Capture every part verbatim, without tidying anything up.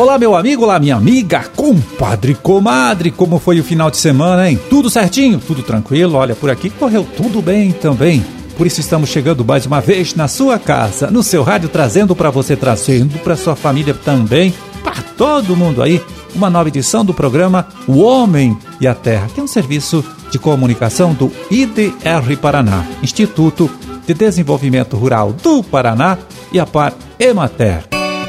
Olá, meu amigo, olá, minha amiga, compadre, comadre, como foi o final de semana, hein? Tudo certinho? Tudo tranquilo? Olha, por aqui correu tudo bem também. Por isso estamos chegando mais uma vez na sua casa, no seu rádio, trazendo para você, trazendo para sua família também, para todo mundo aí, uma nova edição do programa O Homem e a Terra, que é um serviço de comunicação do I D R Paraná, Instituto de Desenvolvimento Rural do Paraná, e a Par Emater.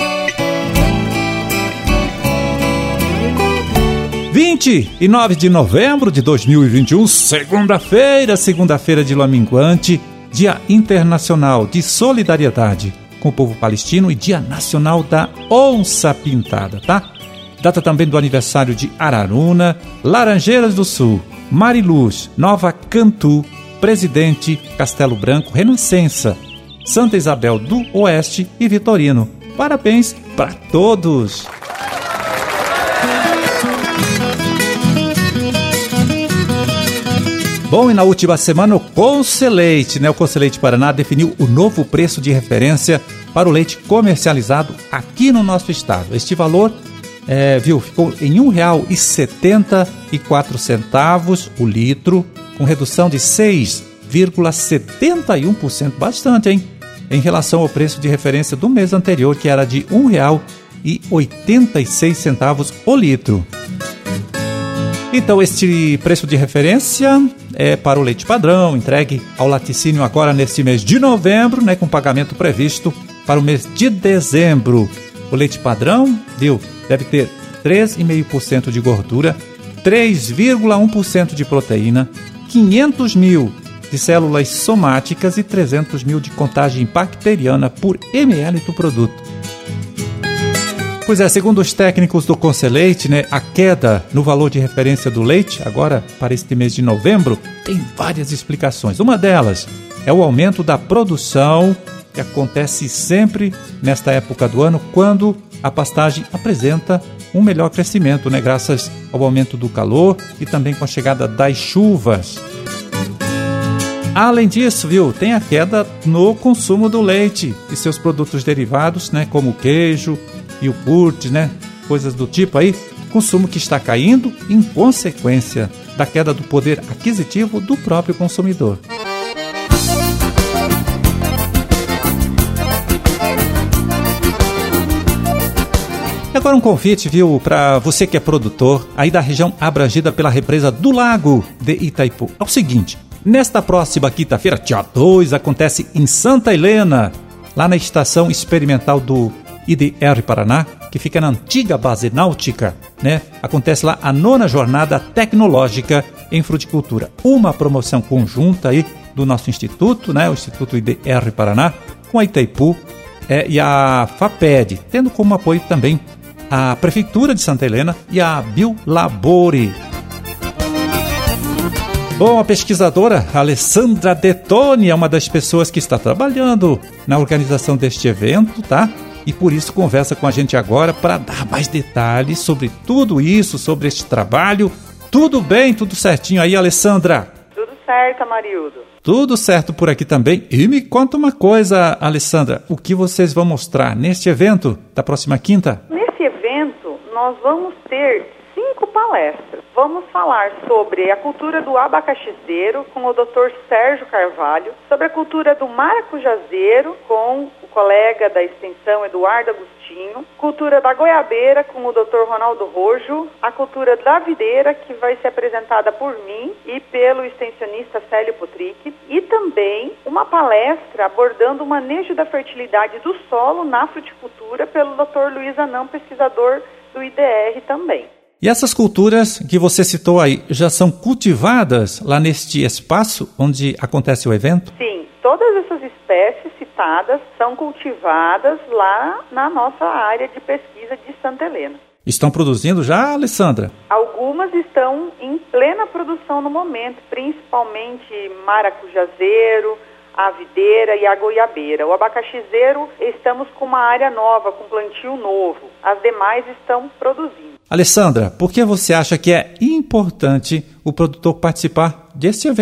vinte e nove de novembro de dois mil e vinte e um, segunda-feira, segunda-feira de lua minguante, Dia Internacional de Solidariedade com o povo palestino e Dia Nacional da Onça Pintada, tá? Data também do aniversário de Araruna, Laranjeiras do Sul, Mariluz, Nova Cantu, Presidente, Castelo Branco, Renascença, Santa Isabel do Oeste e Vitorino. Parabéns para todos! Bom, e na última semana o Conselheite, né? O Conselheite Paraná definiu o novo preço de referência para o leite comercializado aqui no nosso estado. Este valor, é, viu, ficou em um real e setenta e quatro centavos o litro, com redução de seis vírgula setenta e um por cento, bastante, hein? Em relação ao preço de referência do mês anterior, que era de um real e oitenta e seis centavos o litro. Então, este preço de referência é para o leite padrão, entregue ao laticínio agora neste mês de novembro, né, com pagamento previsto para o mês de dezembro. O leite padrão, viu, deve ter três vírgula cinco por cento de gordura, três vírgula um por cento de proteína, quinhentos mil de células somáticas e trezentos mil de contagem bacteriana por ml do produto. Pois é, segundo os técnicos do Conselheite, né, a queda no valor de referência do leite, agora para este mês de novembro, tem várias explicações. Uma delas é o aumento da produção, que acontece sempre nesta época do ano, quando a pastagem apresenta um melhor crescimento, né, graças ao aumento do calor e também com a chegada das chuvas. Além disso, viu, tem a queda no consumo do leite e seus produtos derivados, né, como o queijo, iogurte, né? Coisas do tipo aí, consumo que está caindo em consequência da queda do poder aquisitivo do próprio consumidor. Agora um convite, viu, para você que é produtor aí da região abrangida pela represa do Lago de Itaipu. É o seguinte, nesta próxima quinta-feira, dia dois, acontece em Santa Helena, lá na estação experimental do I D R Paraná, que fica na antiga base náutica, né? Acontece lá a nona jornada tecnológica em fruticultura. Uma promoção conjunta aí do nosso instituto, né? O Instituto I D R Paraná, com a Itaipu é, e a FAPED, tendo como apoio também a Prefeitura de Santa Helena e a Biolabore. Bom, a pesquisadora Alessandra Detoni é uma das pessoas que está trabalhando na organização deste evento, tá? E por isso conversa com a gente agora para dar mais detalhes sobre tudo isso, sobre este trabalho. Tudo bem, tudo certinho aí, Alessandra? Tudo certo, Amarildo. Tudo certo por aqui também. E me conta uma coisa, Alessandra, o que vocês vão mostrar neste evento da próxima quinta? Nesse evento, nós vamos ter cinco palestras. Vamos falar sobre a cultura do abacaxizeiro com o doutor Sérgio Carvalho, sobre a cultura do maracujazeiro com o colega da extensão Eduardo Agostinho, cultura da goiabeira com o doutor Ronaldo Rojo, a cultura da videira, que vai ser apresentada por mim e pelo extensionista Célio Putric, e também uma palestra abordando o manejo da fertilidade do solo na fruticultura pelo doutor Luiz Anão, pesquisador do I D R também. E essas culturas que você citou aí, já são cultivadas lá neste espaço onde acontece o evento? Sim, todas essas espécies citadas são cultivadas lá na nossa área de pesquisa de Santa Helena. Estão produzindo já, Alessandra? Algumas estão em plena produção no momento, principalmente maracujazeiro, a videira e a goiabeira. O abacaxizeiro, estamos com uma área nova, com plantio novo. As demais estão produzindo. Alessandra, por que você acha que é importante o produtor participar deste evento?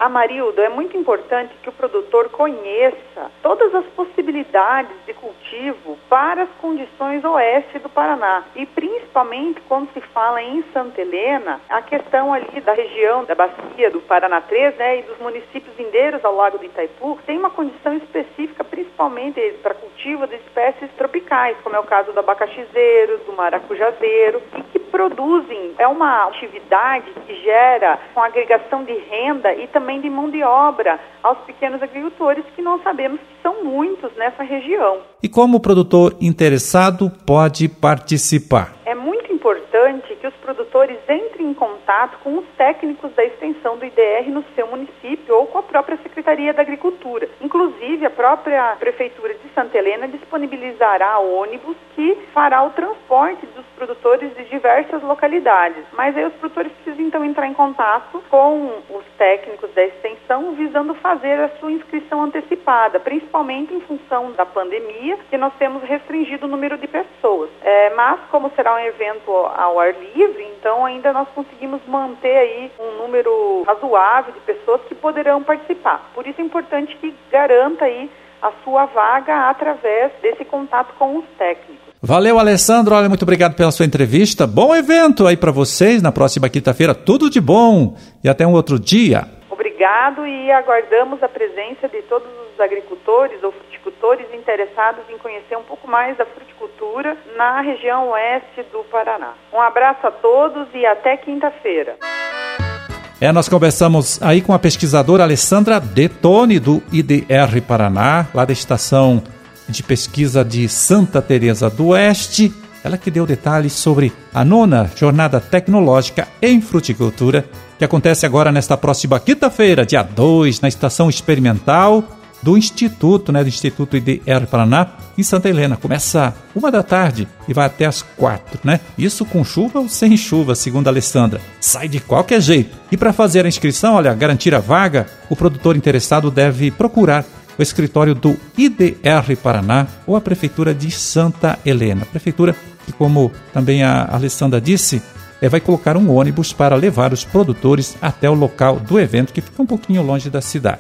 Amarildo, é muito importante que o produtor conheça todas as possibilidades de cultivo para as condições oeste do Paraná. E principalmente quando se fala em Santa Helena, a questão ali da região da bacia do Paraná três, né, e dos municípios vindeiros ao Lago do Itaipu, tem uma condição específica principalmente para cultivo de espécies tropicais, como é o caso do abacaxizeiro, do maracujazeiro, e que produzem, é uma atividade que gera uma agregação de renda e também de mão de obra aos pequenos agricultores, que nós sabemos que são muitos nessa região. E como o produtor interessado pode participar? É muito importante que os produtores entrem em contato com os técnicos da extensão do I D R no seu município ou com a própria Secretaria da Agricultura. Inclusive, a própria Prefeitura de Santa Helena disponibilizará ônibus que fará o transporte dos produtores de diversas localidades. Mas aí os produtores precisam então entrar em contato com os técnicos da extensão visando fazer a sua inscrição antecipada, principalmente em função da pandemia, que nós temos restringido o número de pessoas. É, mas como será um evento ao ar livre, então ainda nós conseguimos manter aí um número razoável de pessoas que poderão participar. Por isso é importante que garanta aí a sua vaga através desse contato com os técnicos. Valeu, Alessandro. Olha, muito obrigado pela sua entrevista. Bom evento aí para vocês na próxima quinta-feira. Tudo de bom e até um outro dia. Obrigado e aguardamos a presença de todos os agricultores ou fruticultores interessados em conhecer um pouco mais da fruticultura na região oeste do Paraná. Um abraço a todos e até quinta-feira. É, nós conversamos aí com a pesquisadora Alessandra Detoni, do I D R Paraná, lá da Estação de Pesquisa de Santa Teresa do Oeste. Ela que deu detalhes sobre a nona Jornada Tecnológica em Fruticultura, que acontece agora nesta próxima quinta-feira, dia dois, na Estação Experimental do Instituto, né, do Instituto I D R Paraná, em Santa Helena. Começa uma da tarde e vai até as quatro, né? Isso com chuva ou sem chuva, segundo a Alessandra. Sai de qualquer jeito. E para fazer a inscrição, olha, garantir a vaga, o produtor interessado deve procurar o escritório do I D R Paraná ou a Prefeitura de Santa Helena. Prefeitura que, como também a Alessandra disse, é, vai colocar um ônibus para levar os produtores até o local do evento, que fica um pouquinho longe da cidade.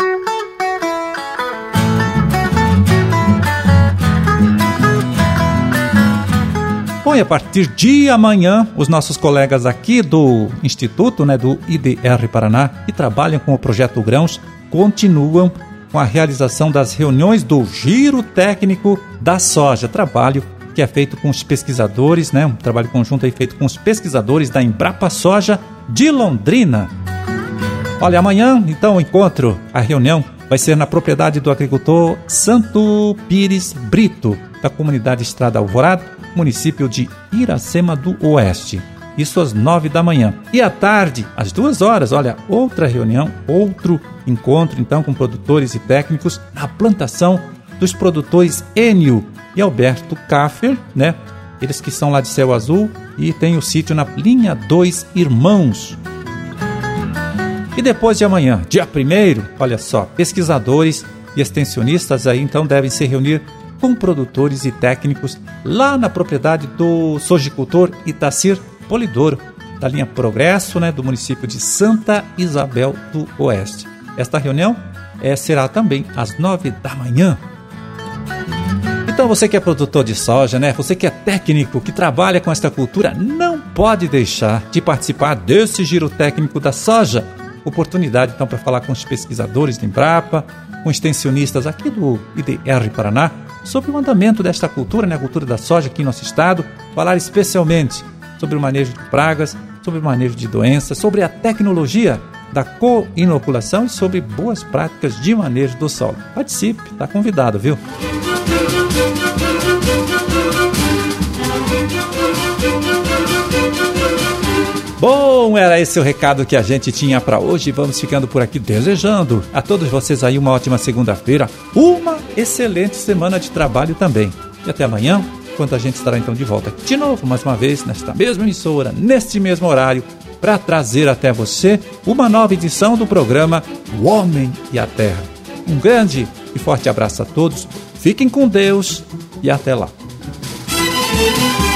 Bom, e a partir de amanhã, os nossos colegas aqui do Instituto, né, do I D R Paraná, que trabalham com o Projeto Grãos, continuam com a realização das reuniões do Giro Técnico da Soja, trabalho que é feito com os pesquisadores, né, um trabalho conjunto aí feito com os pesquisadores da Embrapa Soja de Londrina. Olha, amanhã, então, o encontro, a reunião, vai ser na propriedade do agricultor Santo Pires Brito, da comunidade Estrada Alvorada, município de Iracema do Oeste. Isso às nove da manhã. E à tarde, às duas horas, olha, outra reunião, outro encontro, então, com produtores e técnicos na plantação dos produtores Enio e Alberto Kaffer, né? Eles que são lá de Céu Azul e tem o sítio na linha dois Irmãos. E depois de amanhã, dia primeiro, olha só, pesquisadores e extensionistas aí, então, devem se reunir com produtores e técnicos lá na propriedade do sojicultor Itacir Polidoro, da linha Progresso, né, do município de Santa Isabel do Oeste. Esta reunião é, será também às nove da manhã. Então você que é produtor de soja, né, você que é técnico, que trabalha com esta cultura, não pode deixar de participar desse giro técnico da soja. Oportunidade então para falar com os pesquisadores da Embrapa, com extensionistas aqui do I D R Paraná, sobre o andamento desta cultura, né, a cultura da soja aqui em nosso estado, falar especialmente sobre o manejo de pragas, sobre o manejo de doenças, sobre a tecnologia da co-inoculação e sobre boas práticas de manejo do solo. Participe, está convidado, viu? Bom, era esse o recado que a gente tinha para hoje. Vamos ficando por aqui desejando a todos vocês aí uma ótima segunda-feira, uma excelente semana de trabalho também. E até amanhã, quando a gente estará então de volta aqui de novo, mais uma vez, nesta mesma emissora, neste mesmo horário, para trazer até você uma nova edição do programa O Homem e a Terra. Um grande e forte abraço a todos, fiquem com Deus e até lá.